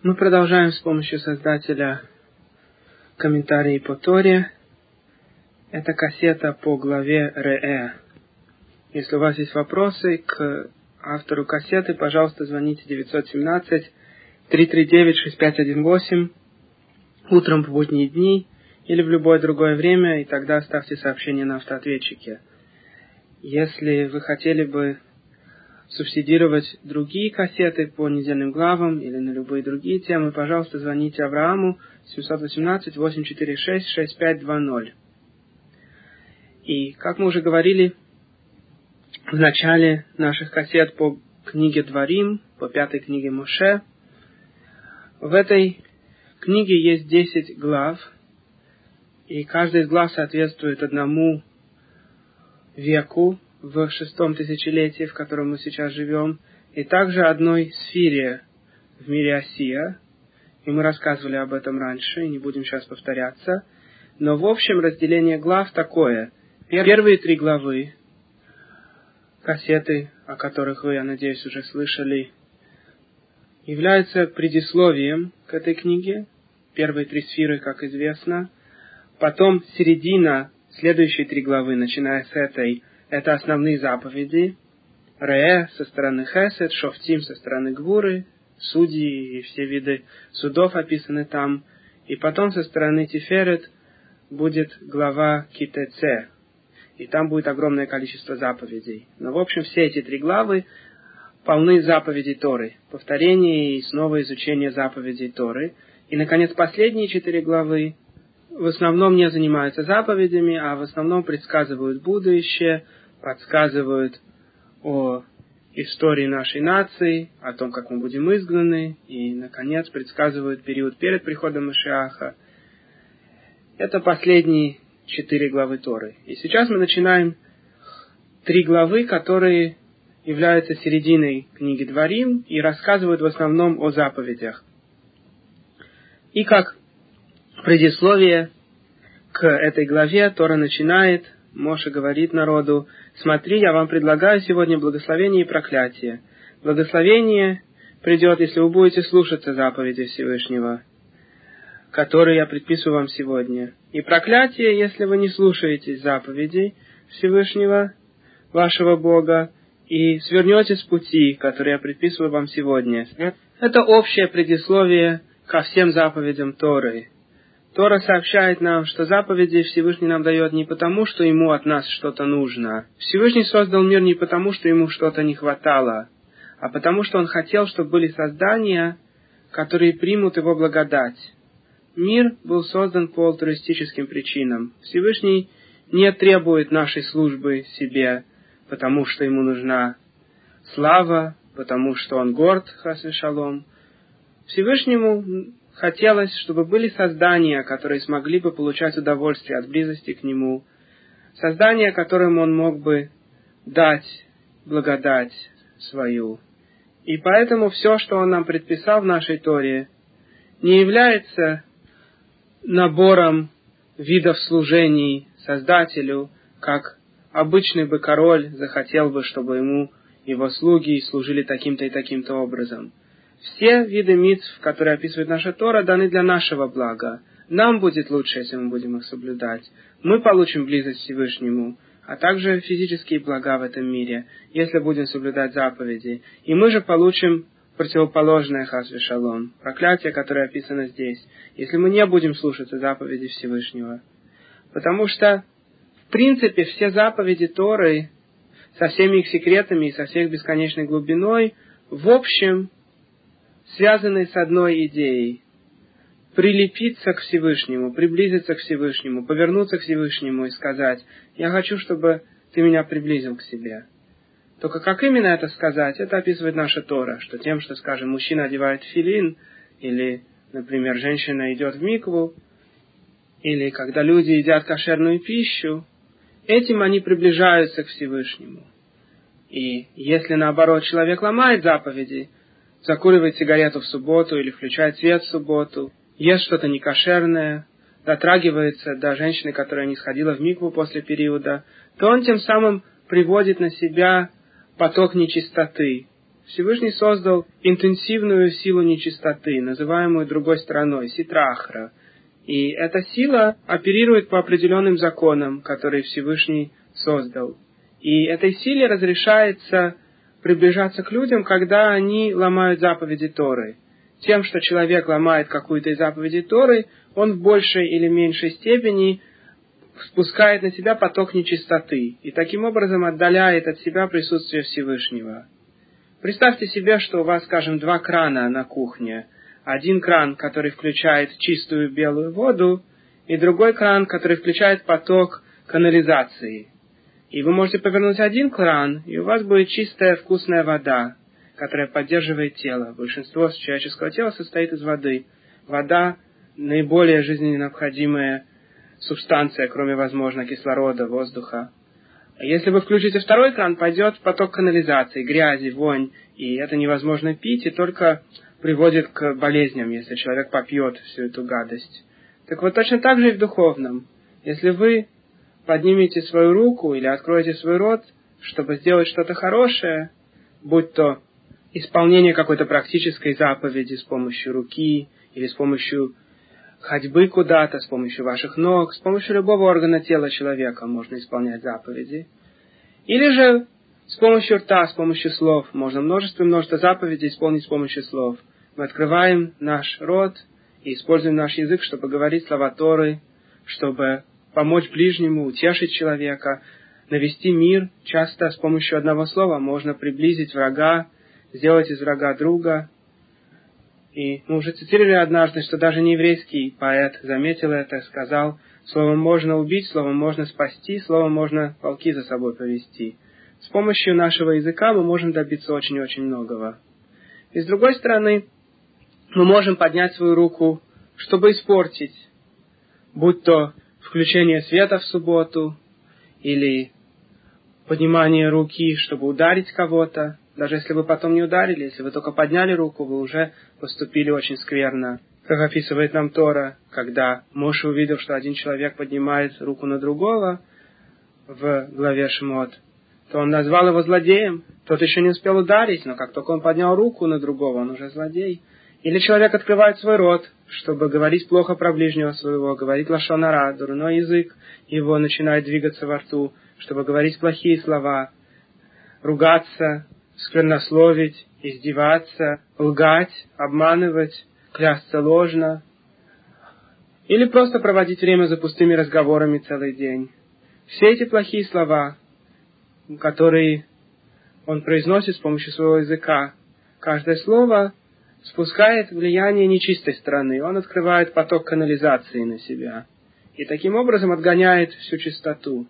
Мы продолжаем с помощью создателя комментарии по Торе. Это кассета по главе Ре'э. Если у вас есть вопросы к автору кассеты, пожалуйста, звоните 917-339-6518 утром в будние дни или в любое другое время, и тогда оставьте сообщение на автоответчике. Если вы хотели бы субсидировать другие кассеты по недельным главам или на любые другие темы, пожалуйста, звоните Аврааму 718-846-6520. И, как мы уже говорили в начале наших кассет по книге Дворим, по 5 книге Моше, в этой книге есть 10 глав, и каждая из глав соответствует одному веку в 6-м тысячелетии, в котором мы сейчас живем, и также одной сфере в мире Осия. И мы рассказывали об этом раньше, и не будем сейчас повторяться. Но в общем разделение глав такое. Первые 3 главы, кассеты, о которых вы, я надеюсь, уже слышали, являются предисловием к этой книге. Первые 3 сферы, как известно. Потом середина, следующие 3 главы, начиная с этой, это основные заповеди. Ре'э со стороны Хесед, Шофтим со стороны Гвуры, судьи и все виды судов описаны там. И потом со стороны Тиферет будет глава Китеце. И там будет огромное количество заповедей. Но в общем все эти 3 главы полны заповедей Торы. Повторение и снова изучение заповедей Торы. И, наконец, последние 4 главы в основном не занимаются заповедями, а в основном предсказывают будущее, подсказывают о истории нашей нации, о том, как мы будем изгнаны, и, наконец, предсказывают период перед приходом Машиаха. Это последние 4 главы Торы. И сейчас мы начинаем 3 главы, которые являются серединой книги Дворим и рассказывают в основном о заповедях. И как предисловие к этой главе Тора начинает, Моше говорит народу: «Смотри, я вам предлагаю сегодня благословение и проклятие. Благословение придет, если вы будете слушаться заповедей Всевышнего, которые я предписываю вам сегодня. И проклятие, если вы не слушаетесь заповедей Всевышнего, вашего Бога, и свернете с пути, который я предписываю вам сегодня». Это общее предисловие ко всем заповедям Торы. Тора сообщает нам, что заповеди Всевышний нам дает не потому, что ему от нас что-то нужно. Всевышний создал мир не потому, что ему что-то не хватало, а потому, что он хотел, чтобы были создания, которые примут его благодать. Мир был создан по альтруистическим причинам. Всевышний не требует нашей службы себе, потому что ему нужна слава, потому что он горд, хас вешалом. Всевышнему хотелось, чтобы были создания, которые смогли бы получать удовольствие от близости к Нему, создания, которым Он мог бы дать благодать свою. И поэтому все, что Он нам предписал в нашей Торе, не является набором видов служений Создателю, как обычный бы король захотел бы, чтобы ему его слуги служили таким-то и таким-то образом. Все виды мицв, которые описывает наша Тора, даны для нашего блага. Нам будет лучше, если мы будем их соблюдать. Мы получим близость к Всевышнему, а также физические блага в этом мире, если будем соблюдать заповеди. И мы же получим противоположное хас вешалом, проклятие, которое описано здесь, если мы не будем слушаться заповедей Всевышнего. Потому что, в принципе, все заповеди Торы, со всеми их секретами и со всей их бесконечной глубиной, в общем, связанные с одной идеей: прилепиться к Всевышнему, приблизиться к Всевышнему, повернуться к Всевышнему и сказать: «Я хочу, чтобы ты меня приблизил к себе». Только как именно это сказать, это описывает наша Тора, что тем, что, скажем, мужчина одевает тфилин, или, например, женщина идет в микву, или когда люди едят кошерную пищу, этим они приближаются к Всевышнему. И если, наоборот, человек ломает заповеди, закуривает сигарету в субботу или включает свет в субботу, ест что-то некошерное, дотрагивается до женщины, которая не сходила в микву после периода, то он тем самым приводит на себя поток нечистоты. Всевышний создал интенсивную силу нечистоты, называемую другой стороной, ситра-ахра. И эта сила оперирует по определенным законам, которые Всевышний создал. И этой силе разрешается приближаться к людям, когда они ломают заповеди Торы. Тем, что человек ломает какую-то из заповедей Торы, он в большей или меньшей степени спускает на себя поток нечистоты и таким образом отдаляет от себя присутствие Всевышнего. Представьте себе, что у вас, скажем, 2 крана на кухне. Один кран, который включает чистую белую воду, и другой кран, который включает поток канализации. И вы можете повернуть один кран, и у вас будет чистая вкусная вода, которая поддерживает тело. Большинство человеческого тела состоит из воды. Вода – наиболее жизненно необходимая субстанция, кроме, возможно, кислорода, воздуха. Если вы включите второй кран, пойдет поток канализации, грязи, вонь, и это невозможно пить, и только приводит к болезням, если человек попьет всю эту гадость. Так вот, точно так же и в духовном. Если вы поднимете свою руку или откроете свой рот, чтобы сделать что-то хорошее, будь то исполнение какой-то практической заповеди с помощью руки или с помощью ходьбы куда-то, с помощью ваших ног, с помощью любого органа тела человека можно исполнять заповеди. Или же с помощью рта, с помощью слов. Можно множество заповедей исполнить с помощью слов. Мы открываем наш рот и используем наш язык, чтобы говорить слова Торы, чтобы помочь ближнему, утешить человека, навести мир. Часто с помощью одного слова можно приблизить врага, сделать из врага друга. И мы уже цитировали однажды, что даже нееврейский поэт заметил это, сказал: словом можно убить, словом можно спасти, словом можно волки за собой повести. С помощью нашего языка мы можем добиться очень-очень многого. И с другой стороны, мы можем поднять свою руку, чтобы испортить, будь то включение света в субботу, или поднимание руки, чтобы ударить кого-то. Даже если вы потом не ударили, если вы только подняли руку, вы уже поступили очень скверно. Как описывает нам Тора, когда Моше увидел, что один человек поднимает руку на другого в главе Шмот, то он назвал его злодеем. Тот еще не успел ударить, но как только он поднял руку на другого, он уже злодей. Или человек открывает свой рот, чтобы говорить плохо про ближнего своего, говорить лашон ара, дурной язык его начинает двигаться во рту, чтобы говорить плохие слова, ругаться, сквернословить, издеваться, лгать, обманывать, клясться ложно, или просто проводить время за пустыми разговорами целый день. Все эти плохие слова, которые он произносит с помощью своего языка, каждое слово спускает влияние нечистой стороны, он открывает поток канализации на себя и таким образом отгоняет всю чистоту.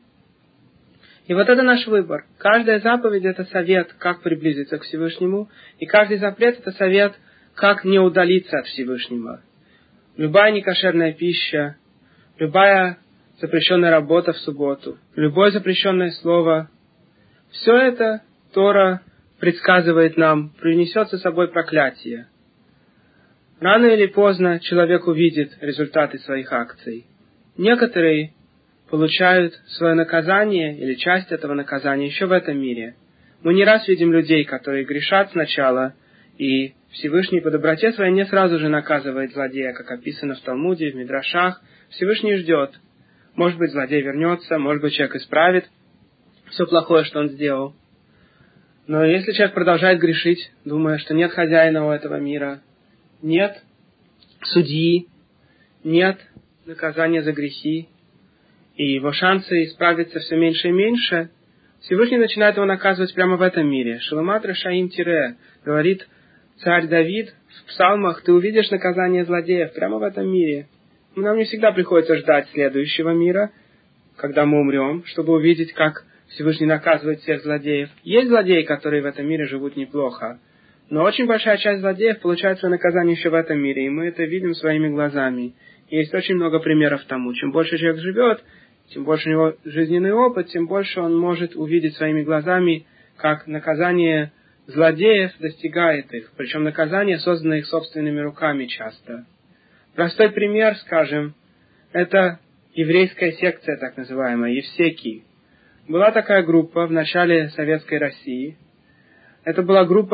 И вот это наш выбор. Каждая заповедь – это совет, как приблизиться к Всевышнему, и каждый запрет – это совет, как не удалиться от Всевышнего. Любая некошерная пища, любая запрещенная работа в субботу, любое запрещенное слово – все это Тора предсказывает нам, принесет за собой проклятие. Рано или поздно человек увидит результаты своих акций. Некоторые получают свое наказание или часть этого наказания еще в этом мире. Мы не раз видим людей, которые грешат сначала, и Всевышний по доброте своей не сразу же наказывает злодея, как описано в Талмуде, в Мидрашах. Всевышний ждет. Может быть, злодей вернется, может быть, человек исправит все плохое, что он сделал. Но если человек продолжает грешить, думая, что нет хозяина у этого мира, нет судьи, нет наказания за грехи, и его шансы исправиться все меньше и меньше, Всевышний начинает его наказывать прямо в этом мире. Шеломат Решаим Тире, говорит царь Давид в псалмах: ты увидишь наказание злодеев прямо в этом мире. Нам не всегда приходится ждать следующего мира, когда мы умрем, чтобы увидеть, как Всевышний наказывает всех злодеев. Есть злодеи, которые в этом мире живут неплохо, но очень большая часть злодеев получает свое наказание еще в этом мире, и мы это видим своими глазами. И есть очень много примеров тому. Чем больше человек живет, чем больше у него жизненный опыт, тем больше он может увидеть своими глазами, как наказание злодеев достигает их. Причем наказание, созданное их собственными руками часто. Простой пример, скажем, это еврейская секция, так называемая, евсеки. Была такая группа в начале Советской России. Это была группа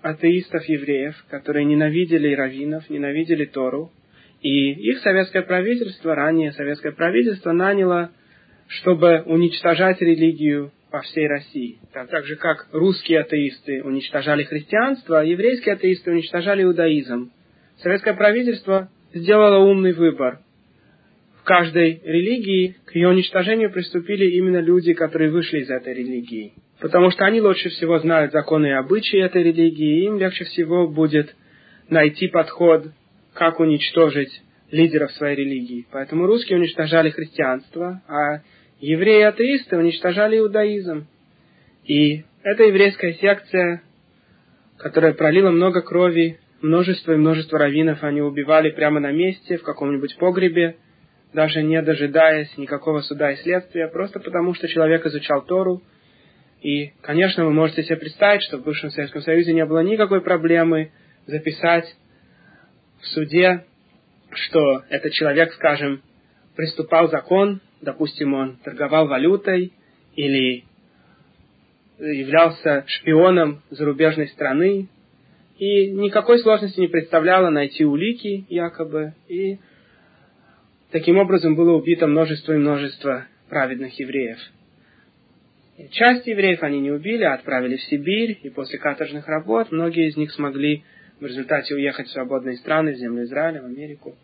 атеистов-евреев, которые ненавидели раввинов, ненавидели Тору, и их советское правительство, ранее советское правительство, наняло, чтобы уничтожать религию по всей России. Так же, как русские атеисты уничтожали христианство, а еврейские атеисты уничтожали иудаизм. Советское правительство сделало умный выбор. В каждой религии к ее уничтожению приступили именно люди, которые вышли из этой религии. Потому что они лучше всего знают законы и обычаи этой религии, и им легче всего будет найти подход, как уничтожить лидеров своей религии. Поэтому русские уничтожали христианство, а евреи и атеисты уничтожали иудаизм. И эта еврейская секция, которая пролила много крови, множество и множество раввинов они убивали прямо на месте, в каком-нибудь погребе, даже не дожидаясь никакого суда и следствия, просто потому что человек изучал Тору. И, конечно, вы можете себе представить, что в бывшем Советском Союзе не было никакой проблемы записать в суде, что этот человек, скажем, приступал закон, допустим, он торговал валютой или являлся шпионом зарубежной страны, и никакой сложности не представляло найти улики, якобы, и таким образом было убито множество и множество праведных евреев. И часть евреев они не убили, а отправили в Сибирь, и после каторжных работ многие из них смогли в результате уехать в свободные страны, в землю Израиля, в Америку.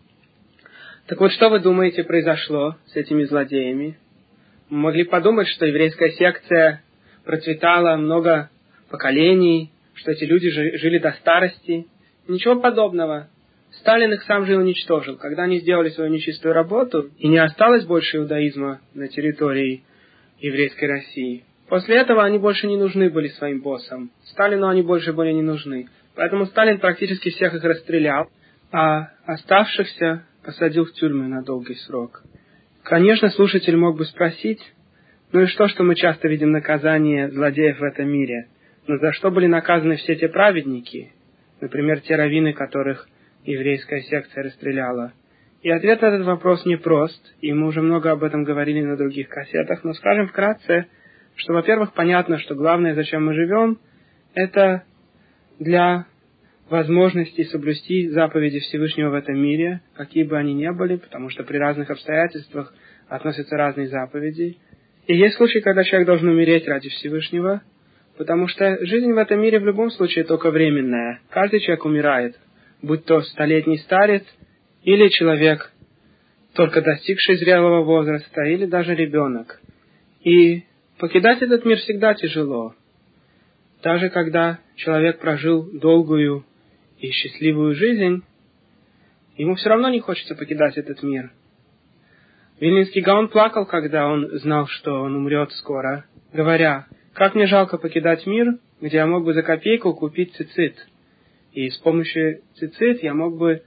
Так вот, что вы думаете произошло с этими злодеями? Мы могли подумать, что еврейская секция процветала много поколений, что эти люди жили до старости. Ничего подобного. Сталин их сам же и уничтожил. Когда они сделали свою нечистую работу, и не осталось больше иудаизма на территории еврейской России, после этого они больше не нужны были своим боссам. Сталину они больше были не нужны. Поэтому Сталин практически всех их расстрелял, а оставшихся посадил в тюрьму на долгий срок. Конечно, слушатель мог бы спросить, ну и что мы часто видим наказание злодеев в этом мире? Но за что были наказаны все те праведники? Например, те раввины, которых еврейская секция расстреляла. И ответ на этот вопрос непрост, и мы уже много об этом говорили на других кассетах, но скажем вкратце, что, во-первых, понятно, что главное, зачем мы живем, это для возможности соблюсти заповеди Всевышнего в этом мире, какие бы они ни были, потому что при разных обстоятельствах относятся разные заповеди. И есть случаи, когда человек должен умереть ради Всевышнего, потому что жизнь в этом мире в любом случае только временная. Каждый человек умирает, будь то столетний старец, или человек, только достигший зрелого возраста, или даже ребенок. И покидать этот мир всегда тяжело. Даже когда человек прожил долгую и счастливую жизнь, ему все равно не хочется покидать этот мир. Вильнинский Гаон плакал, когда он знал, что он умрет скоро, говоря: «Как мне жалко покидать мир, где я мог бы за копейку купить цицит. И с помощью цицит я мог бы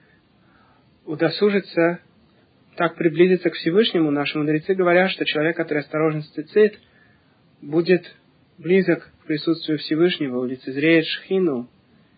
удосужиться так приблизиться к Всевышнему». Наши мудрецы говорят, что человек, который осторожен с цицит, будет близок к присутствию Всевышнего, лицезреет шхину.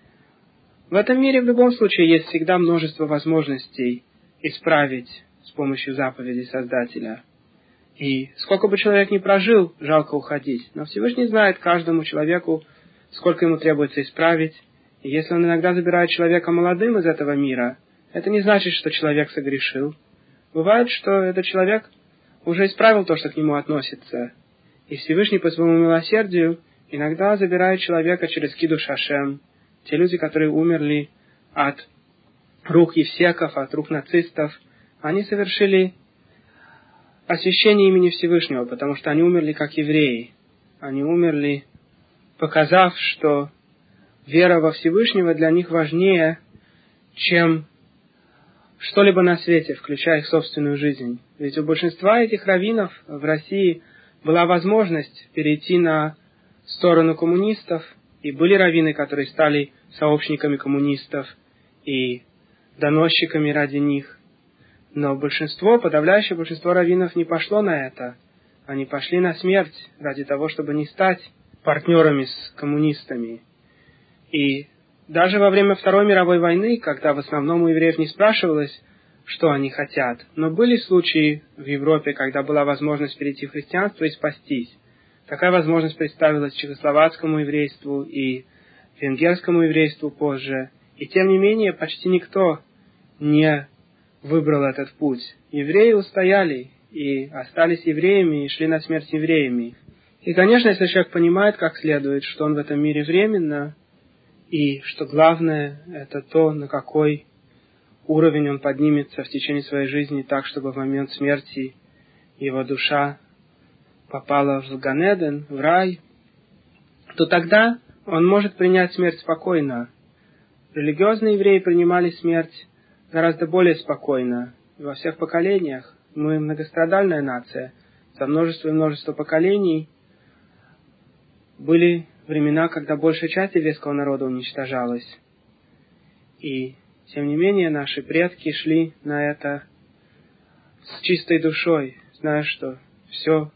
В этом мире в любом случае есть всегда множество возможностей исправить с помощью заповедей Создателя. И сколько бы человек ни прожил, жалко уходить. Но Всевышний знает каждому человеку, сколько ему требуется исправить. И если он иногда забирает человека молодым из этого мира, это не значит, что человек согрешил. Бывает, что этот человек уже исправил то, что к нему относится. И Всевышний по своему милосердию иногда забирает человека через кидуш Хашем. Те люди, которые умерли от рук евсеков, от рук нацистов, они совершили освящение имени Всевышнего, потому что они умерли как евреи. Они умерли, показав, что вера во Всевышнего для них важнее, чем что-либо на свете, включая их собственную жизнь. Ведь у большинства этих раввинов в России была возможность перейти на сторону коммунистов, и были раввины, которые стали сообщниками коммунистов и доносчиками ради них. Но подавляющее большинство раввинов не пошло на это. Они пошли на смерть ради того, чтобы не стать партнерами с коммунистами. И даже во время Второй мировой войны, когда в основном у евреев не спрашивалось, что они хотят, но были случаи в Европе, когда была возможность перейти в христианство и спастись. Такая возможность представилась чехословацкому еврейству и венгерскому еврейству позже. И тем не менее, почти никто не выбрал этот путь. Евреи устояли и остались евреями, и шли на смерть евреями. И, конечно, если человек понимает как следует, что он в этом мире временно, и что главное, это то, на какой уровень он поднимется в течение своей жизни так, чтобы в момент смерти его душа попала в Ганеден, в рай, то тогда он может принять смерть спокойно. Религиозные евреи принимали смерть гораздо более спокойно. И во всех поколениях мы многострадальная нация. За множество и множество поколений были времена, когда большая часть еврейского народа уничтожалась. И, тем не менее, наши предки шли на это с чистой душой, зная, что все,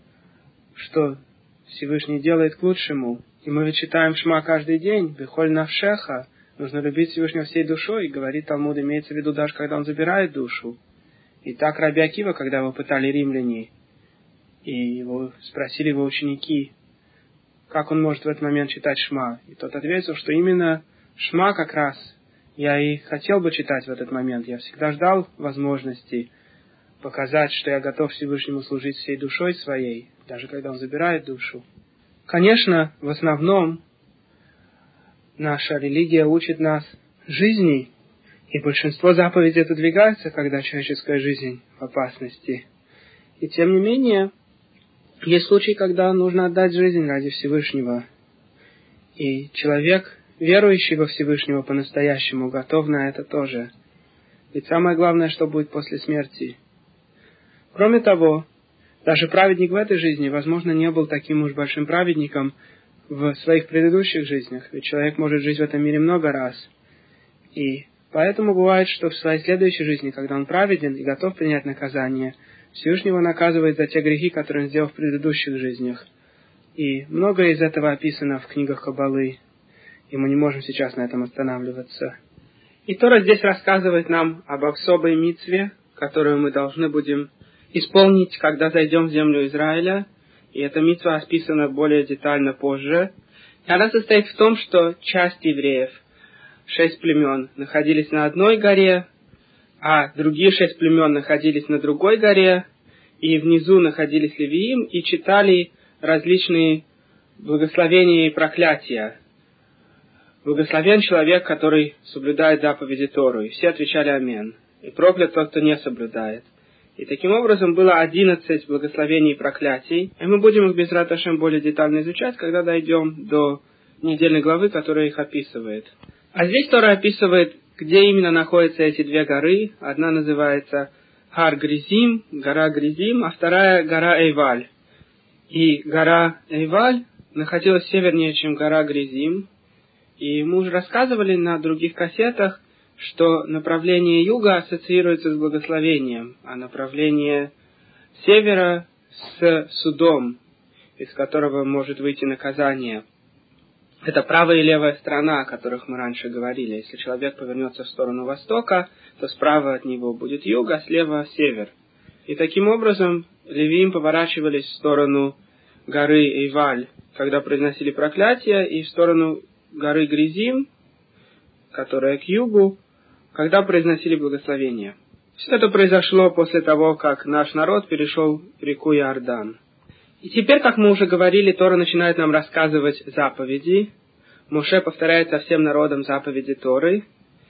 что Всевышний делает к лучшему. И мы ведь читаем Шма каждый день, «Бехоль навшеха», нужно любить Всевышнего всей душой, и говорит Талмуд, имеется в виду даже, когда он забирает душу. И так Раби Акива, когда его пытали римляне, и его спросили его ученики, как он может в этот момент читать Шма. И тот ответил, что именно Шма как раз я и хотел бы читать в этот момент. Я всегда ждал возможности показать, что я готов Всевышнему служить всей душой своей, даже когда он забирает душу. Конечно, в основном наша религия учит нас жизни, и большинство заповедей отодвигается, когда человеческая жизнь в опасности. И тем не менее, есть случаи, когда нужно отдать жизнь ради Всевышнего. И человек, верующий во Всевышнего по-настоящему, готов на это тоже. Ведь самое главное, что будет после смерти. Кроме того, даже праведник в этой жизни, возможно, не был таким уж большим праведником в своих предыдущих жизнях. Ведь человек может жить в этом мире много раз. И поэтому бывает, что в своей следующей жизни, когда он праведен и готов принять наказание, Всевышний его наказывает за те грехи, которые он сделал в предыдущих жизнях. И многое из этого описано в книгах Каббалы, и мы не можем сейчас на этом останавливаться. И Тора здесь рассказывает нам об особой мицве, которую мы должны будем исполнить, когда зайдем в землю Израиля. И эта мицва описана более детально позже. И она состоит в том, что часть евреев, 6 племен, находились на одной горе, а другие 6 племен находились на другой горе, и внизу находились левиим, и читали различные благословения и проклятия. Благословен человек, который соблюдает заповеди Торы. И все отвечали «Амен». И проклят тот, кто не соблюдает. И таким образом было 11 благословений и проклятий. И мы будем их без Бе'эзрат Ашем более детально изучать, когда дойдем до недельной главы, которая их описывает. А здесь Тора описывает, где именно находятся эти две горы. Одна называется Хар Гризим, гора Гризим, а вторая гора Эйваль. И гора Эйваль находилась севернее, чем гора Гризим. И мы уже рассказывали на других кассетах, что направление юга ассоциируется с благословением, а направление севера с судом, из которого может выйти наказание. Это правая и левая сторона, о которых мы раньше говорили. Если человек повернется в сторону востока, то справа от него будет юг, а слева север. И таким образом левиим поворачивались в сторону горы Эйваль, когда произносили проклятие, и в сторону горы Гризим, которая к югу, когда произносили благословение. Все это произошло после того, как наш народ перешел реку Иордан. И теперь, как мы уже говорили, Тора начинает нам рассказывать заповеди. Моше повторяет со всем народом заповеди Торы.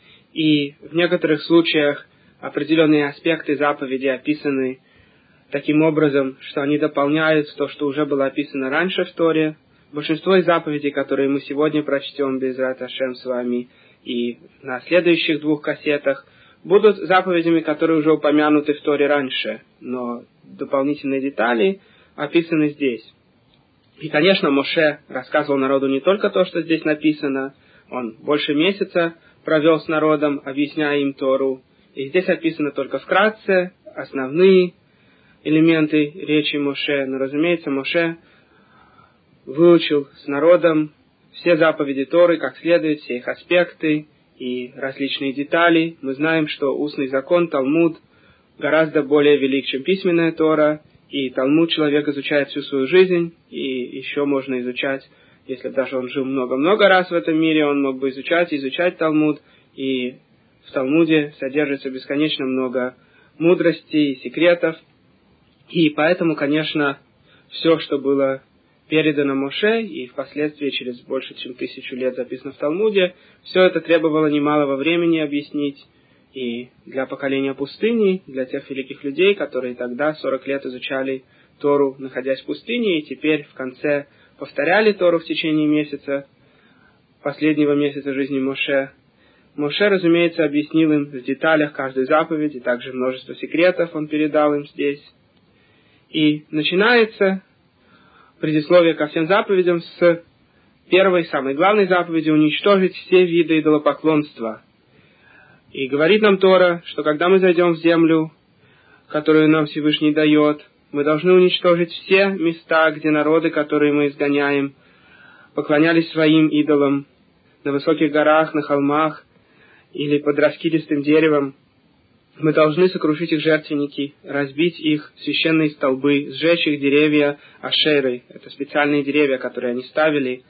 И в некоторых случаях определенные аспекты заповеди описаны таким образом, что они дополняют то, что уже было описано раньше в Торе. Большинство из заповедей, которые мы сегодня прочтем Бе'эзрат Ашем с вами и на следующих 2 кассетах, будут заповедями, которые уже упомянуты в Торе раньше, но дополнительные детали описаны здесь. И, конечно, Моше рассказывал народу не только то, что здесь написано, он больше месяца провел с народом, объясняя им Тору, и здесь описано только вкратце основные элементы речи Моше, но, разумеется, Моше выучил с народом все заповеди Торы, как следует, все их аспекты и различные детали. Мы знаем, что устный закон, Талмуд, гораздо более велик, чем письменная Тора, и Талмуд человек изучает всю свою жизнь, и еще можно изучать Если бы даже он жил много-много раз в этом мире, он мог бы изучать Талмуд, и в Талмуде содержится бесконечно много мудрости и секретов. И поэтому, конечно, все, что было передано Моше, и впоследствии через больше, чем 1000 лет записано в Талмуде, все это требовало немалого времени объяснить. И для поколения пустыни, для тех великих людей, которые тогда 40 лет изучали Тору, находясь в пустыне, и теперь в конце повторяли Тору в течение месяца, последнего месяца жизни Моше. Моше, разумеется, объяснил им в деталях каждую заповедь, и также множество секретов он передал им здесь. И начинается предисловие ко всем заповедям с первой, самой главной заповеди — уничтожить все виды идолопоклонства. И говорит нам Тора, что когда мы зайдем в землю, которую нам Всевышний дает, мы должны уничтожить все места, где народы, которые мы изгоняем, поклонялись своим идолам на высоких горах, на холмах или под раскидистым деревом. Мы должны сокрушить их жертвенники, разбить их священные столбы, сжечь их деревья ашеры. Это специальные деревья, которые они ставили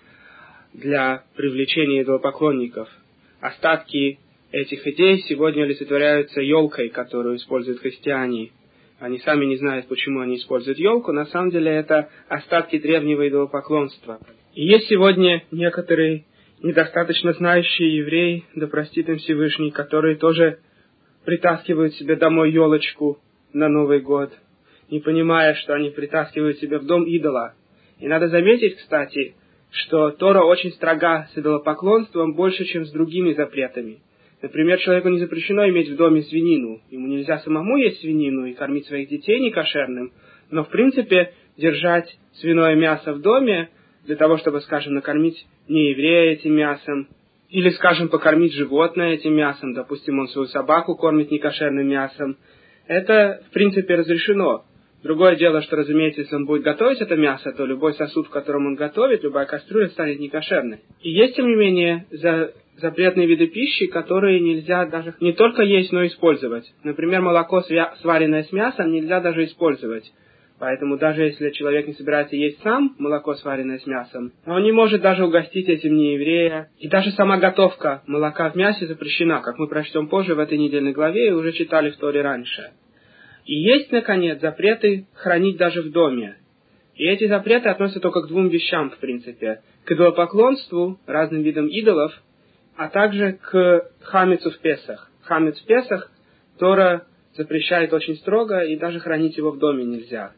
для привлечения идолопоклонников. Остатки этих идей сегодня олицетворяются елкой, которую используют христиане. Они сами не знают, почему они используют елку. На самом деле это остатки древнего идолопоклонства. И есть сегодня некоторые недостаточно знающие евреи, да простит им Всевышний, которые тоже притаскивают себе домой елочку на Новый год, не понимая, что они притаскивают себе в дом идола. И надо заметить, кстати, что Тора очень строга с идолопоклонством больше, чем с другими запретами. Например, человеку не запрещено иметь в доме свинину. Ему нельзя самому есть свинину и кормить своих детей некошерным, но, в принципе, держать свиное мясо в доме для того, чтобы, скажем, накормить нееврея этим мясом, или, скажем, покормить животное этим мясом, допустим, он свою собаку кормит некошерным мясом, это, в принципе, разрешено. Другое дело, что, разумеется, если он будет готовить это мясо, то любой сосуд, в котором он готовит, любая кастрюля станет некошерной. И есть, тем не менее, запретные виды пищи, которые нельзя даже не только есть, но и использовать. Например, молоко, сваренное с мясом, нельзя даже использовать. Поэтому даже если человек не собирается есть сам молоко, сваренное с мясом, он не может даже угостить этим нееврея. И даже сама готовка молока в мясе запрещена, как мы прочтем позже в этой недельной главе и уже читали в Торе раньше. И есть, наконец, запреты хранить даже в доме. И эти запреты относятся только к двум вещам, в принципе. К идолопоклонству, разным видам идолов, а также к хамицу в Песах. Хамец в Песах Тора запрещает очень строго, и даже хранить его в доме нельзя.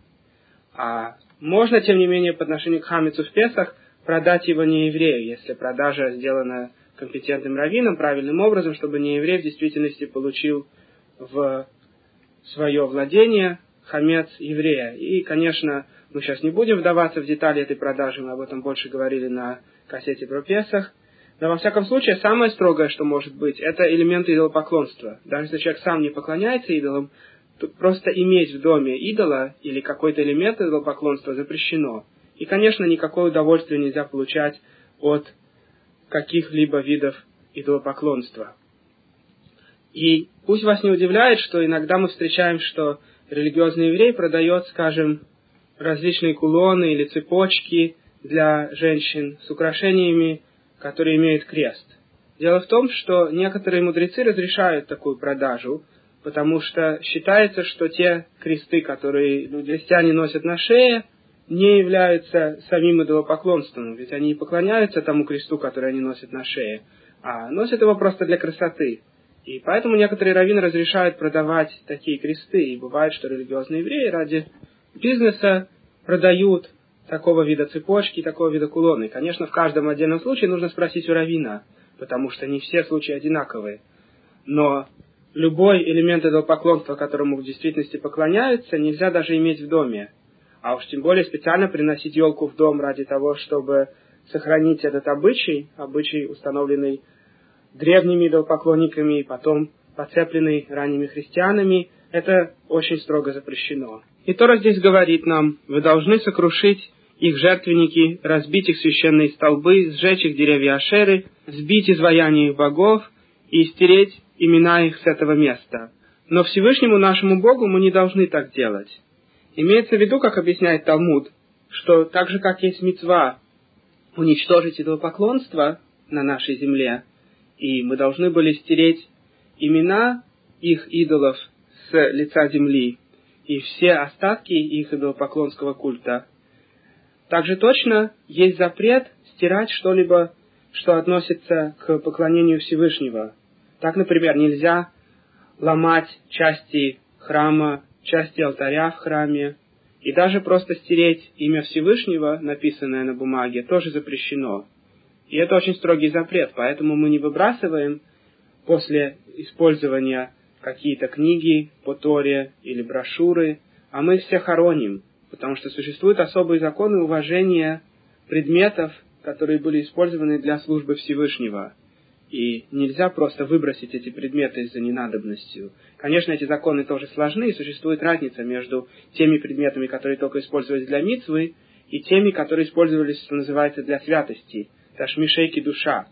А можно, тем не менее, по отношению к хамицу в Песах продать его нееврею, если продажа сделана компетентным раввином правильным образом, чтобы нееврей в действительности получил в свое владение хамец еврея. И, конечно, мы сейчас не будем вдаваться в детали этой продажи, мы об этом больше говорили на кассете про Песах. Но, во всяком случае, самое строгое, что может быть, это элементы идолопоклонства. Даже если человек сам не поклоняется идолам, то просто иметь в доме идола или какой-то элемент идолопоклонства запрещено. И, конечно, никакое удовольствие нельзя получать от каких-либо видов идолопоклонства. И пусть вас не удивляет, что иногда мы встречаем, что религиозный еврей продает, скажем, различные кулоны или цепочки для женщин с украшениями, которые имеют крест. Дело в том, что некоторые мудрецы разрешают такую продажу, потому что считается, что те кресты, которые христиане носят на шее, не являются самим идолопоклонством, ведь они не поклоняются тому кресту, который они носят на шее, а носят его просто для красоты. И поэтому некоторые раввины разрешают продавать такие кресты, и бывает, что религиозные евреи ради бизнеса продают такого вида цепочки, такого вида кулоны. Конечно, в каждом отдельном случае нужно спросить у раввина, потому что не все случаи одинаковые. Но любой элемент идолопоклонства, которому в действительности поклоняются, нельзя даже иметь в доме. А уж тем более специально приносить елку в дом ради того, чтобы сохранить этот обычай, установленный древними идолопоклонниками и потом поцепленный ранними христианами, это очень строго запрещено. И Тора здесь говорит нам: вы должны сокрушить их жертвенники, разбить их священные столбы, сжечь их деревья ашеры, сбить изваяния их богов и стереть имена их с этого места. Но Всевышнему нашему Богу мы не должны так делать. Имеется в виду, как объясняет Талмуд, что так же, как есть мицва уничтожить идолопоклонство на нашей земле, и мы должны были стереть имена их идолов с лица земли и все остатки их идолопоклонского культа. Также точно есть запрет стирать что-либо, что относится к поклонению Всевышнего. Так, например, нельзя ломать части храма, части алтаря в храме, и даже просто стереть имя Всевышнего, написанное на бумаге, тоже запрещено. И это очень строгий запрет, поэтому мы не выбрасываем после использования какие-то книги по Торе или брошюры, а мы их все хороним, потому что существуют особые законы уважения предметов, которые были использованы для службы Всевышнего. И нельзя просто выбросить эти предметы из-за ненадобности. Конечно, эти законы тоже сложны, и существует разница между теми предметами, которые только использовались для мицвы, и теми, которые использовались, что называется, для святости, ташмишейки душа.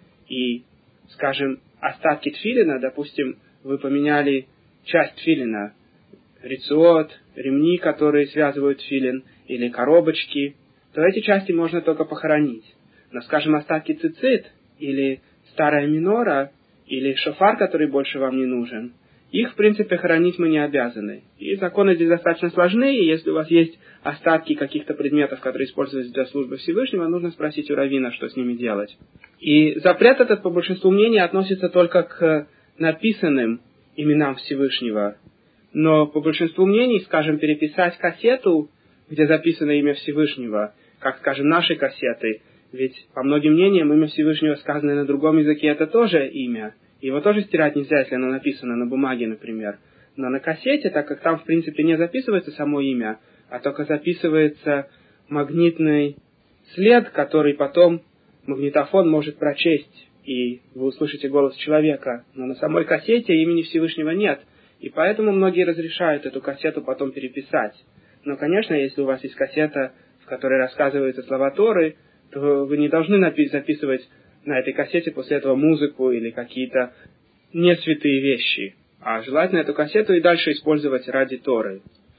И, скажем, остатки тфилина, допустим, вы поменяли часть тфилина, рициот, ремни, которые связывают тфилин, или коробочки, то эти части можно только похоронить. Но, скажем, остатки цицит, или старая минора, или шофар, который больше вам не нужен, их, в принципе, хоронить мы не обязаны. И законы здесь достаточно сложны, и если у вас есть остатки каких-то предметов, которые используются для службы Всевышнего, нужно спросить у раввина, что с ними делать. И запрет этот, по большинству мнений, относится только к написанным именам Всевышнего. Но по большинству мнений, скажем, переписать кассету, где записано имя Всевышнего, как, скажем, наши кассеты, ведь по многим мнениям имя Всевышнего, сказанное на другом языке, это тоже имя. Его тоже стирать нельзя, если оно написано на бумаге, например. Но на кассете, так как там, в принципе, не записывается само имя, а только записывается магнитный след, который потом магнитофон может прочесть, и вы услышите голос человека. Но на самой кассете имени Всевышнего нет, и поэтому многие разрешают эту кассету потом переписать. Но, конечно, если у вас есть кассета, в которой рассказываются слова Торы, то вы не должны записывать на этой кассете после этого музыку или какие-то несвятые вещи. А желательно эту кассету и дальше использовать ради Торы.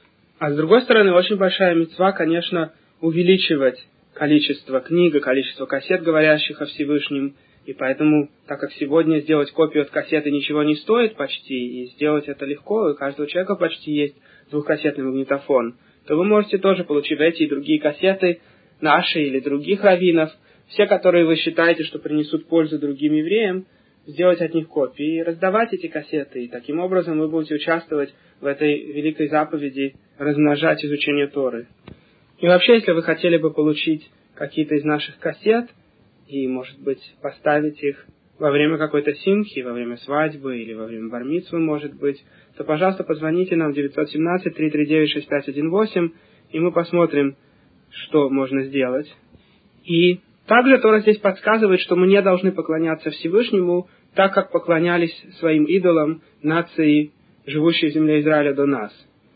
А с другой стороны, очень большая мицва, конечно, увеличивать количество книг, количество кассет, говорящих о Всевышнем. И поэтому, так как сегодня сделать копию от кассеты ничего не стоит почти, и сделать это легко, и у каждого человека почти есть двухкассетный магнитофон, то вы можете тоже, получив эти и другие кассеты, наши или других раввинов, все, которые вы считаете, что принесут пользу другим евреям, сделать от них копии и раздавать эти кассеты. И таким образом вы будете участвовать в этой великой заповеди размножать изучение Торы. И вообще, если вы хотели бы получить какие-то из наших кассет и, может быть, поставить их во время какой-то симхи, во время свадьбы или во время бар-мицвы, может быть, то, пожалуйста, позвоните нам в 917-339-6518, и мы посмотрим, что можно сделать. И также Тора здесь подсказывает, что мы не должны поклоняться Всевышнему, так как поклонялись своим идолам нации, живущие в земле Израиля до нас.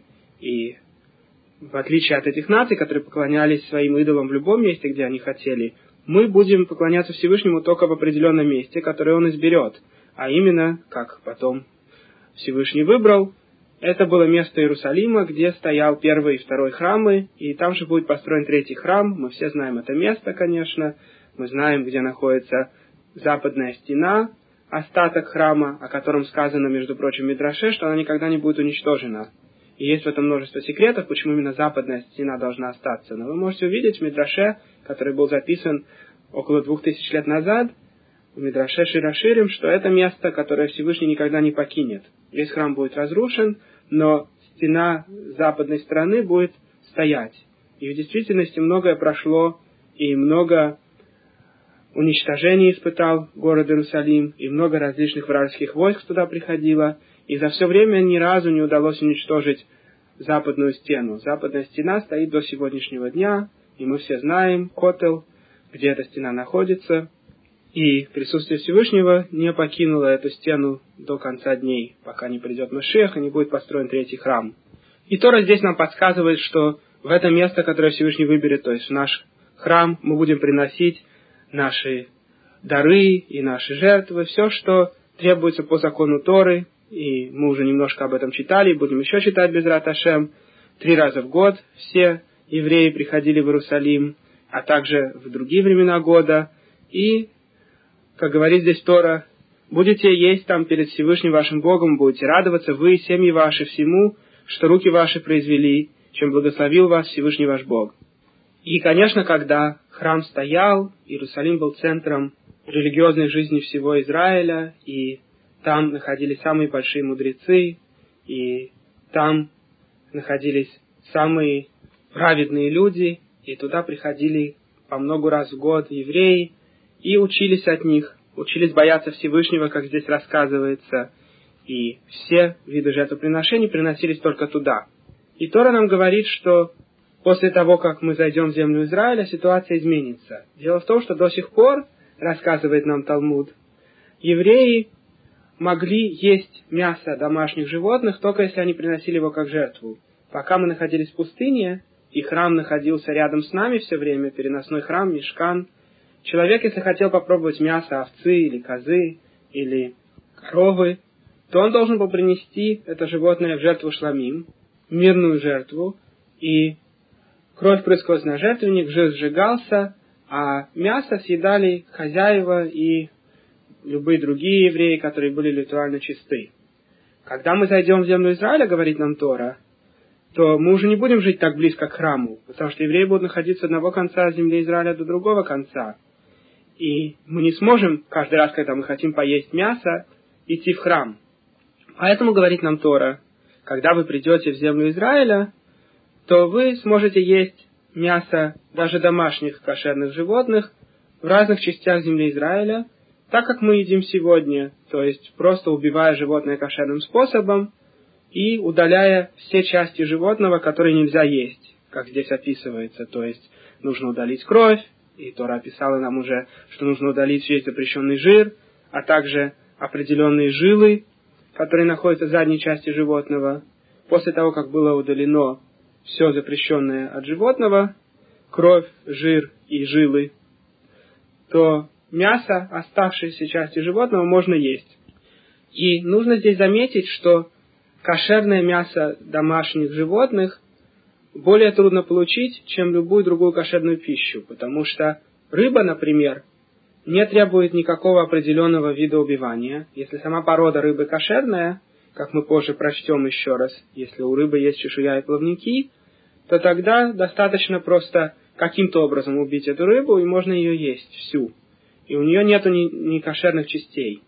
И в отличие от этих наций, которые поклонялись своим идолам в любом месте, где они хотели, мы будем поклоняться Всевышнему только в определенном месте, которое Он изберет. А именно, как потом Всевышний выбрал, это было место Иерусалима, где стоял первый и второй храмы, и там же будет построен третий храм. Мы все знаем это место, конечно. Мы знаем, где находится западная стена, остаток храма, о котором сказано, между прочим, в Мидраше, что она никогда не будет уничтожена. И есть в этом множество секретов, почему именно западная стена должна остаться. Но вы можете увидеть в Мидраше, который был записан около 2000 лет назад, в Мидраше Шир-Аширим, что это место, которое Всевышний никогда не покинет. Весь храм будет разрушен, но стена западной стороны будет стоять. И в действительности многое прошло, и много уничтожений испытал город Иерусалим, и много различных вражеских войск туда приходило, и за все время ни разу не удалось уничтожить западную стену. Западная стена стоит до сегодняшнего дня, и мы все знаем, Котел, где эта стена находится, и присутствие Всевышнего не покинуло эту стену до конца дней, пока не придет Машиах и не будет построен третий храм. И Тора здесь нам подсказывает, что в это место, которое Всевышний выберет, то есть в наш храм, мы будем приносить наши дары и наши жертвы, все, что требуется по закону Торы, и мы уже немножко об этом читали, будем еще читать Безрат Ашем. 3 раза в год все евреи приходили в Иерусалим, а также в другие времена года. И, как говорит здесь Тора, будете есть там перед Всевышним вашим Богом, будете радоваться вы, семьи ваши, всему, что руки ваши произвели, чем благословил вас Всевышний ваш Бог. И, конечно, когда храм стоял, Иерусалим был центром религиозной жизни всего Израиля, и там находились самые большие мудрецы, и там находились самые праведные люди, и туда приходили по много раз в год евреи, и учились от них, учились бояться Всевышнего, как здесь рассказывается, и все виды жертвоприношений приносились только туда. И Тора нам говорит, что после того, как мы зайдем в землю Израиля, ситуация изменится. Дело в том, что до сих пор, рассказывает нам Талмуд, евреи могли есть мясо домашних животных, только если они приносили его как жертву. Пока мы находились в пустыне, и храм находился рядом с нами все время, переносной храм, мишкан, человек, если хотел попробовать мясо овцы или козы, или коровы, то он должен был принести это животное в жертву шламим, мирную жертву, и кровь прыскалась на жертвенник, жир сжигался, а мясо съедали хозяева и любые другие евреи, которые были ритуально чисты. Когда мы зайдем в землю Израиля, говорит нам Тора, то мы уже не будем жить так близко к храму, потому что евреи будут находиться с одного конца земли Израиля до другого конца. И мы не сможем каждый раз, когда мы хотим поесть мясо, идти в храм. Поэтому, говорит нам Тора, когда вы придете в землю Израиля, то вы сможете есть мясо даже домашних кошерных животных в разных частях земли Израиля, так как мы едим сегодня, то есть просто убивая животное кошерным способом и удаляя все части животного, которые нельзя есть, как здесь описывается, то есть нужно удалить кровь, и Тора описала нам уже, что нужно удалить весь запрещенный жир, а также определенные жилы, которые находятся в задней части животного. После того, как было удалено все запрещенное от животного, кровь, жир и жилы, то мясо, оставшееся части животного, можно есть. И нужно здесь заметить, что кошерное мясо домашних животных более трудно получить, чем любую другую кошерную пищу, потому что рыба, например, не требует никакого определенного вида убивания. Если сама порода рыбы кошерная, как мы позже прочтем еще раз, если у рыбы есть чешуя и плавники, то тогда достаточно просто каким-то образом убить эту рыбу, и можно ее есть всю. И у нее нету ни кошерных частей.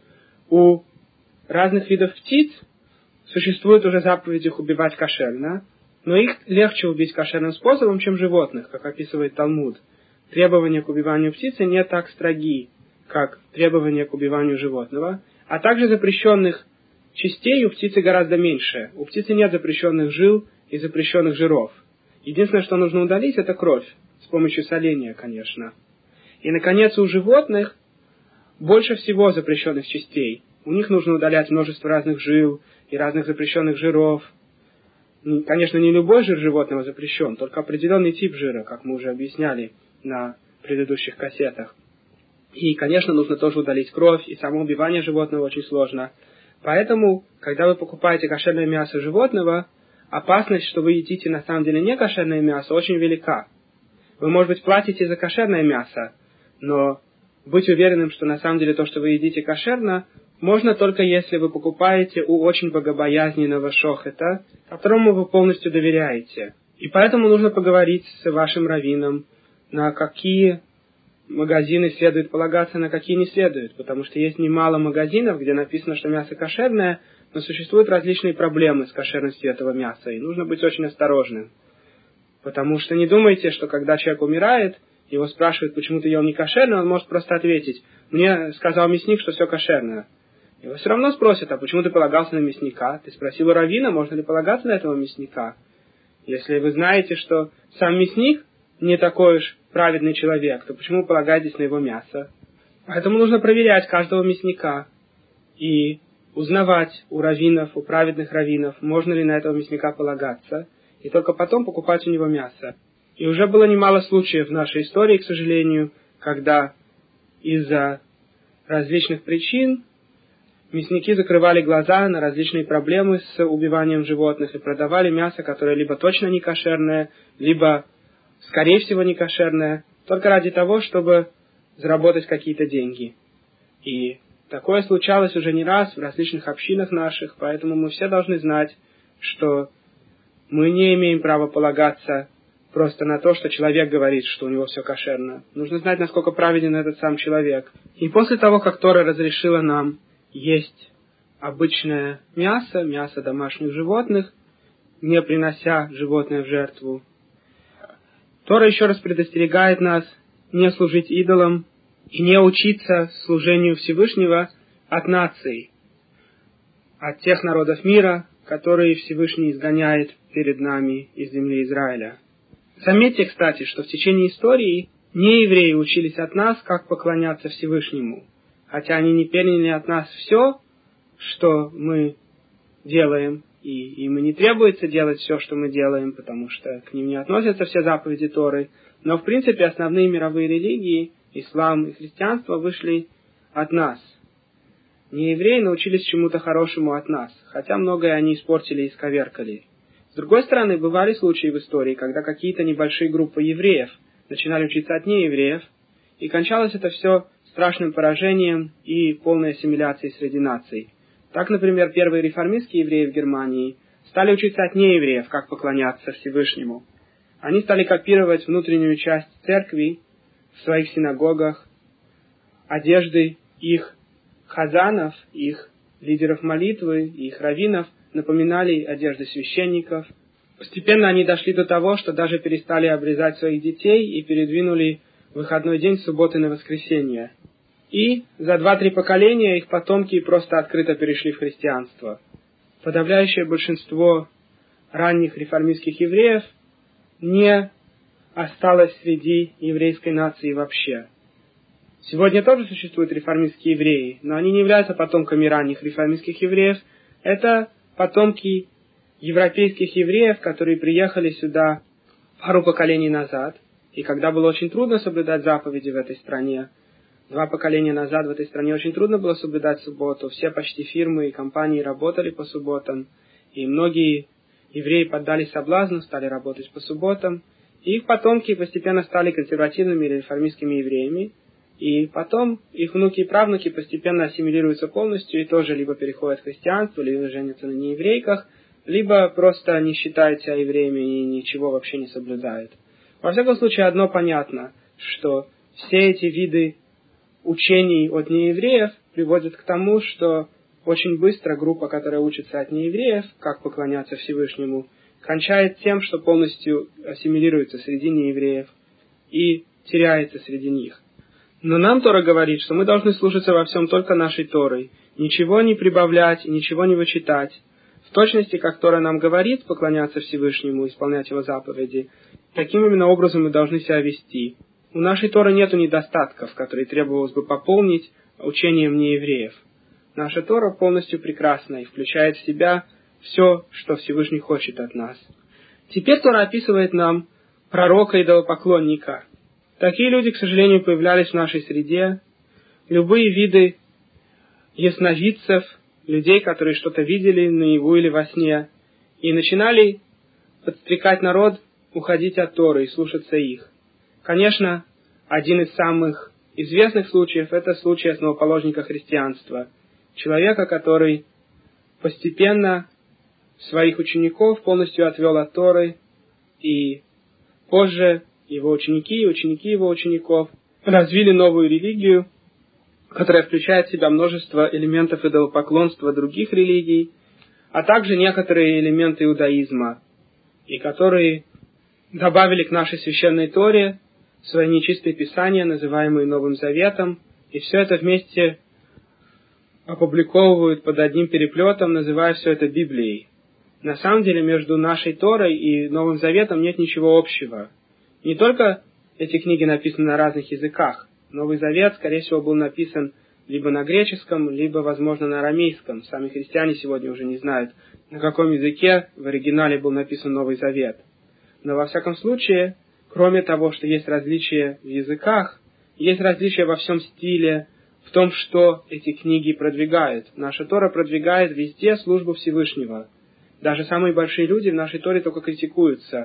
У разных видов птиц существует уже заповедь их убивать кошерно, но их легче убить кошерным способом, чем животных, как описывает Талмуд. Требования к убиванию птицы не так строги, как требования к убиванию животного, а также запрещенных частей у птицы гораздо меньше. У птицы нет запрещенных жил и запрещенных жиров. Единственное, что нужно удалить, это кровь, с помощью соления, конечно. И, наконец, у животных больше всего запрещенных частей. У них нужно удалять множество разных жил и разных запрещенных жиров. Конечно, не любой жир животного запрещен, только определенный тип жира, как мы уже объясняли на предыдущих кассетах. И, конечно, нужно тоже удалить кровь, и само убивание животного очень сложно. Поэтому, когда вы покупаете кошерное мясо животного, опасность, что вы едите на самом деле не кошерное мясо, очень велика. Вы, может быть, платите за кошерное мясо, но быть уверенным, что на самом деле то, что вы едите кошерно, можно только если вы покупаете у очень богобоязненного шохета, которому вы полностью доверяете. И поэтому нужно поговорить с вашим раввином, на какие магазины следует полагаться, на какие не следует, потому что есть немало магазинов, где написано, что мясо кошерное, но существуют различные проблемы с кошерностью этого мяса, и нужно быть очень осторожным. Потому что не думайте, что когда человек умирает, его спрашивают, почему ты ел не кошерно, он может просто ответить: мне сказал мясник, что все кошерное. Его все равно спросят: а почему ты полагался на мясника? Ты спросил у раввина, можно ли полагаться на этого мясника? Если вы знаете, что сам мясник не такой уж праведный человек, то почему вы полагаетесь на его мясо? Поэтому нужно проверять каждого мясника и узнавать у раввинов, у праведных раввинов, можно ли на этого мясника полагаться, и только потом покупать у него мясо. И уже было немало случаев в нашей истории, к сожалению, когда из-за различных причин мясники закрывали глаза на различные проблемы с убиванием животных и продавали мясо, которое либо точно не кошерное, либо скорее всего, не кошерное, только ради того, чтобы заработать какие-то деньги. И такое случалось уже не раз в различных общинах наших, поэтому мы все должны знать, что мы не имеем права полагаться просто на то, что человек говорит, что у него все кошерно. Нужно знать, насколько праведен этот сам человек. И после того, как Тора разрешила нам есть обычное мясо домашних животных, не принося животное в жертву, Тора еще раз предостерегает нас не служить идолам и не учиться служению Всевышнего от наций, от тех народов мира, которые Всевышний изгоняет перед нами из земли Израиля. Заметьте, кстати, что в течение истории неевреи учились от нас, как поклоняться Всевышнему, хотя они не переняли от нас все, что мы делаем, и им и не требуется делать все, что мы делаем, потому что к ним не относятся все заповеди Торы. Но, в принципе, основные мировые религии, ислам и христианство, вышли от нас. Неевреи научились чему-то хорошему от нас, хотя многое они испортили и исковеркали. С другой стороны, бывали случаи в истории, когда какие-то небольшие группы евреев начинали учиться от неевреев, и кончалось это все страшным поражением и полной ассимиляцией среди наций. Так, например, первые реформистские евреи в Германии стали учиться от неевреев, как поклоняться Всевышнему. Они стали копировать внутреннюю часть церкви в своих синагогах, одежды их хазанов, их лидеров молитвы, их раввинов напоминали одежды священников. Постепенно они дошли до того, что даже перестали обрезать своих детей и передвинули выходной день с субботы на воскресенье. И за 2-3 поколения их потомки просто открыто перешли в христианство. Подавляющее большинство ранних реформистских евреев не осталось среди еврейской нации вообще. Сегодня тоже существуют реформистские евреи, но они не являются потомками ранних реформистских евреев. Это потомки европейских евреев, которые приехали сюда пару поколений назад, и когда было очень трудно соблюдать заповеди в этой стране. 2 поколения назад в этой стране очень трудно было соблюдать субботу. Все почти фирмы и компании работали по субботам, и многие евреи поддались соблазну, стали работать по субботам, и их потомки постепенно стали консервативными или реформистскими евреями, и потом их внуки и правнуки постепенно ассимилируются полностью и тоже либо переходят в христианство, либо женятся на нееврейках, либо просто не считают себя евреями и ничего вообще не соблюдают. Во всяком случае, одно понятно, что все эти виды учений от неевреев приводят к тому, что очень быстро группа, которая учится от неевреев, как поклоняться Всевышнему, кончает тем, что полностью ассимилируется среди неевреев и теряется среди них. Но нам Тора говорит, что мы должны слушаться во всем только нашей Торой, ничего не прибавлять и ничего не вычитать. В точности, как Тора нам говорит, поклоняться Всевышнему, исполнять Его заповеди, таким именно образом мы должны себя вести. У нашей Торы нет недостатков, которые требовалось бы пополнить учением неевреев. Наша Тора полностью прекрасна и включает в себя все, что Всевышний хочет от нас. Теперь Тора описывает нам пророка-идолопоклонника. Такие люди, к сожалению, появлялись в нашей среде. Любые виды ясновидцев, людей, которые что-то видели наяву или во сне, и начинали подстрекать народ уходить от Торы и слушаться их. Конечно, один из самых известных случаев – это случай основоположника христианства. Человека, который постепенно своих учеников полностью отвел от Торы, и позже его ученики и ученики его учеников развили новую религию, которая включает в себя множество элементов идолопоклонства других религий, а также некоторые элементы иудаизма, и которые добавили к нашей священной Торе свои нечистые писания, называемые Новым Заветом, и все это вместе опубликовывают под одним переплетом, называя все это Библией. На самом деле между нашей Торой и Новым Заветом нет ничего общего. Не только эти книги написаны на разных языках. Новый Завет, скорее всего, был написан либо на греческом, либо, возможно, на арамейском. Сами христиане сегодня уже не знают, на каком языке в оригинале был написан Новый Завет. Но, во всяком случае, кроме того, что есть различия в языках, есть различия во всем стиле, в том, что эти книги продвигают. Наша Тора продвигает везде службу Всевышнего. Даже самые большие люди в нашей Торе только критикуются.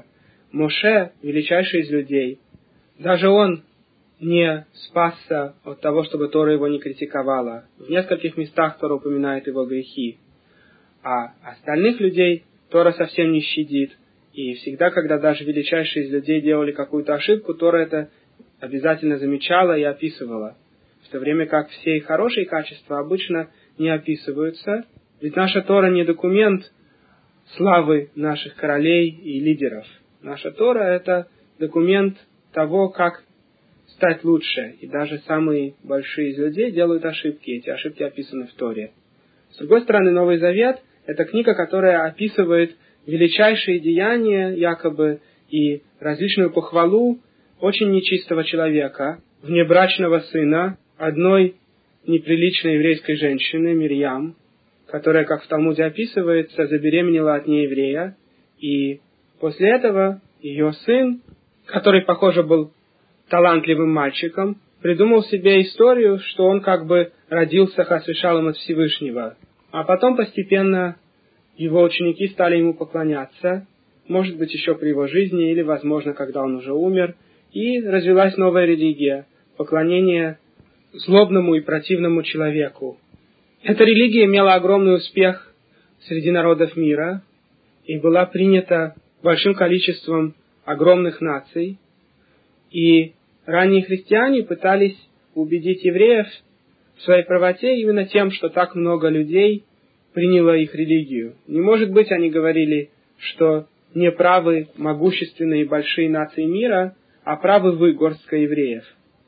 Моше, величайший из людей, даже он не спасся от того, чтобы Тора его не критиковала. В нескольких местах Тора упоминает его грехи. А остальных людей Тора совсем не щадит. И всегда, когда даже величайшие из людей делали какую-то ошибку, Тора это обязательно замечала и описывала. В то время как все их хорошие качества обычно не описываются. Ведь наша Тора не документ славы наших королей и лидеров. Наша Тора это документ того, как стать лучше. И даже самые большие из людей делают ошибки. Эти ошибки описаны в Торе. С другой стороны, Новый Завет – это книга, которая описывает величайшие деяния, якобы, и различную похвалу очень нечистого человека, внебрачного сына одной неприличной еврейской женщины, Мирьям, которая, как в Талмуде описывается, забеременела от нееврея, и после этого ее сын, который, похоже, был талантливым мальчиком, придумал себе историю, что он как бы родился хас вешалом от Всевышнего. А потом постепенно его ученики стали ему поклоняться, может быть, еще при его жизни, или, возможно, когда он уже умер, и развилась новая религия, поклонение злобному и противному человеку. Эта религия имела огромный успех среди народов мира и была принята большим количеством огромных наций, и ранние христиане пытались убедить евреев в своей правоте именно тем, что так много людей приняло их религию. Не может быть, они говорили, что не правы могущественные и большие нации мира, а правы вы, горстка евреев.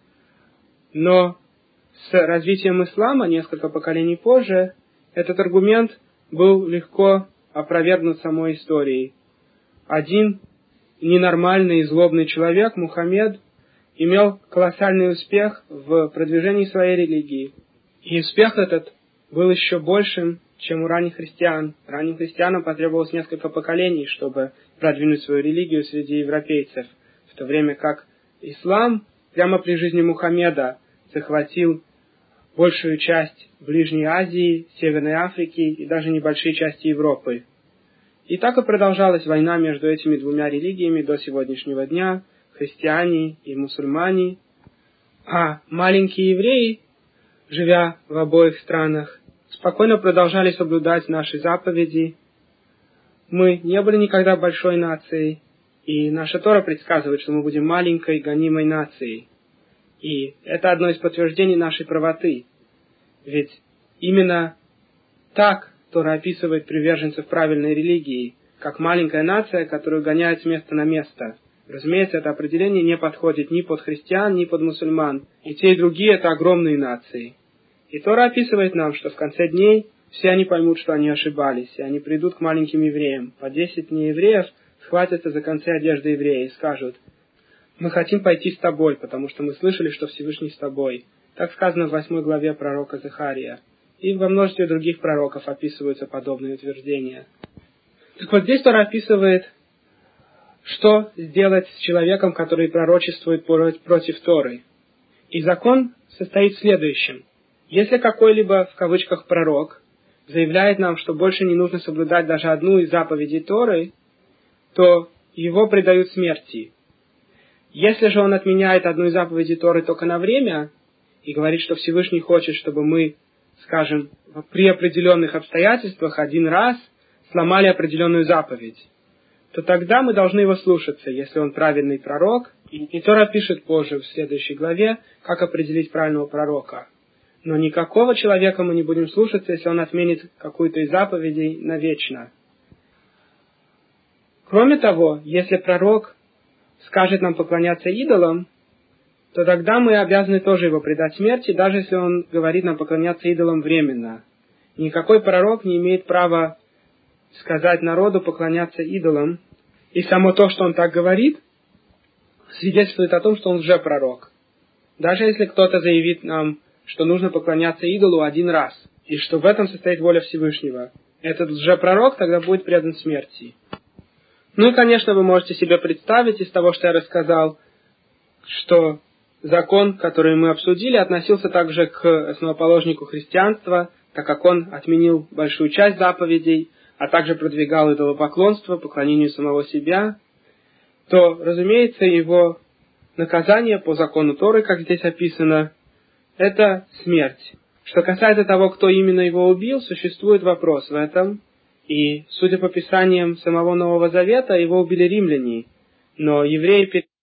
Но с развитием ислама, несколько поколений позже, этот аргумент был легко опровергнут самой историей. Один ненормальный и злобный человек, Мухаммед, имел колоссальный успех в продвижении своей религии. И успех этот был еще большим, чем у ранних христиан. Ранним христианам потребовалось несколько поколений, чтобы продвинуть свою религию среди европейцев, в то время как ислам прямо при жизни Мухаммеда захватил большую часть Ближней Азии, Северной Африки и даже небольшие части Европы. И так и продолжалась война между этими двумя религиями до сегодняшнего дня, христиане и мусульмане. А маленькие евреи, живя в обоих странах, спокойно продолжали соблюдать наши заповеди. Мы не были никогда большой нацией, и наша Тора предсказывает, что мы будем маленькой, гонимой нацией. И это одно из подтверждений нашей правоты. Ведь именно так Тора описывает приверженцев правильной религии, как маленькая нация, которую гоняют с места на место. Разумеется, это определение не подходит ни под христиан, ни под мусульман. И те, и другие – это огромные нации. И Тора описывает нам, что в конце дней все они поймут, что они ошибались, и они придут к маленьким евреям. По 10 неевреев схватятся за концы одежды еврея и скажут: «Мы хотим пойти с тобой, потому что мы слышали, что Всевышний с тобой». Так сказано в 8 главе пророка Захария. И во множестве других пророков описываются подобные утверждения. Так вот здесь Тора описывает, что сделать с человеком, который пророчествует против Торы. И закон состоит в следующем. Если какой-либо, в кавычках, пророк заявляет нам, что больше не нужно соблюдать даже одну из заповедей Торы, то его предают смерти. Если же он отменяет одну из заповедей Торы только на время и говорит, что Всевышний хочет, чтобы мы, скажем, при определенных обстоятельствах один раз сломали определенную заповедь, то тогда мы должны его слушаться, если он правильный пророк. И Тора пишет позже, в следующей главе, как определить правильного пророка. Но никакого человека мы не будем слушаться, если он отменит какую-то из заповедей навечно. Кроме того, если пророк скажет нам поклоняться идолам, то тогда мы обязаны тоже его предать смерти, даже если он говорит нам поклоняться идолам временно. Никакой пророк не имеет права сказать народу поклоняться идолам, и само то, что он так говорит, свидетельствует о том, что он лжепророк. Даже если кто-то заявит нам, что нужно поклоняться идолу один раз, и что в этом состоит воля Всевышнего, этот лжепророк тогда будет предан смерти. Ну и, конечно, вы можете себе представить из того, что я рассказал, что закон, который мы обсудили, относился также к основоположнику христианства, так как он отменил большую часть заповедей, а также продвигал идолопоклонство, поклонению самого себя. то, разумеется, его наказание по закону Торы, как здесь описано, это смерть. Что касается того, кто именно его убил, существует вопрос в этом. И, судя по писаниям самого Нового Завета, его убили римляне. Но евреи